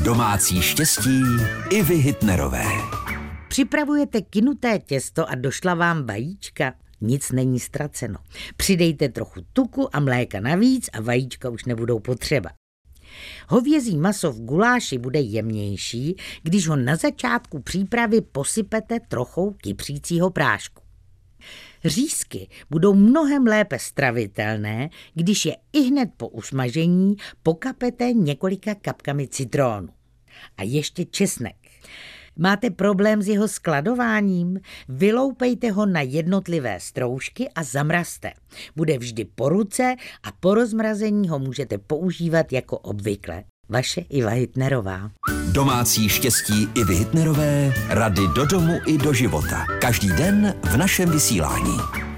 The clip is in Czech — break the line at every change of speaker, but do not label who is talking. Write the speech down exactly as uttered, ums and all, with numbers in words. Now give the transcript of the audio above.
Domácí štěstí Ivy Hitnerové.
Připravujete kynuté těsto a došla vám vajíčka? Nic není ztraceno. Přidejte trochu tuku a mléka navíc a vajíčka už nebudou potřeba. Hovězí maso v guláši bude jemnější, když ho na začátku přípravy posypete trochou kypřícího prášku. Řízky budou mnohem lépe stravitelné, když je ihned po usmažení pokapete několika kapkami citrónu. A ještě česnek. Máte problém s jeho skladováním? Vyloupejte ho na jednotlivé stroužky a zamrazte. Bude vždy po ruce a po rozmrazení ho můžete používat jako obvykle. Vaše Iva Hitnerová.
Domácí štěstí Ivy Hitnerové, rady do domu i do života. Každý den v našem vysílání.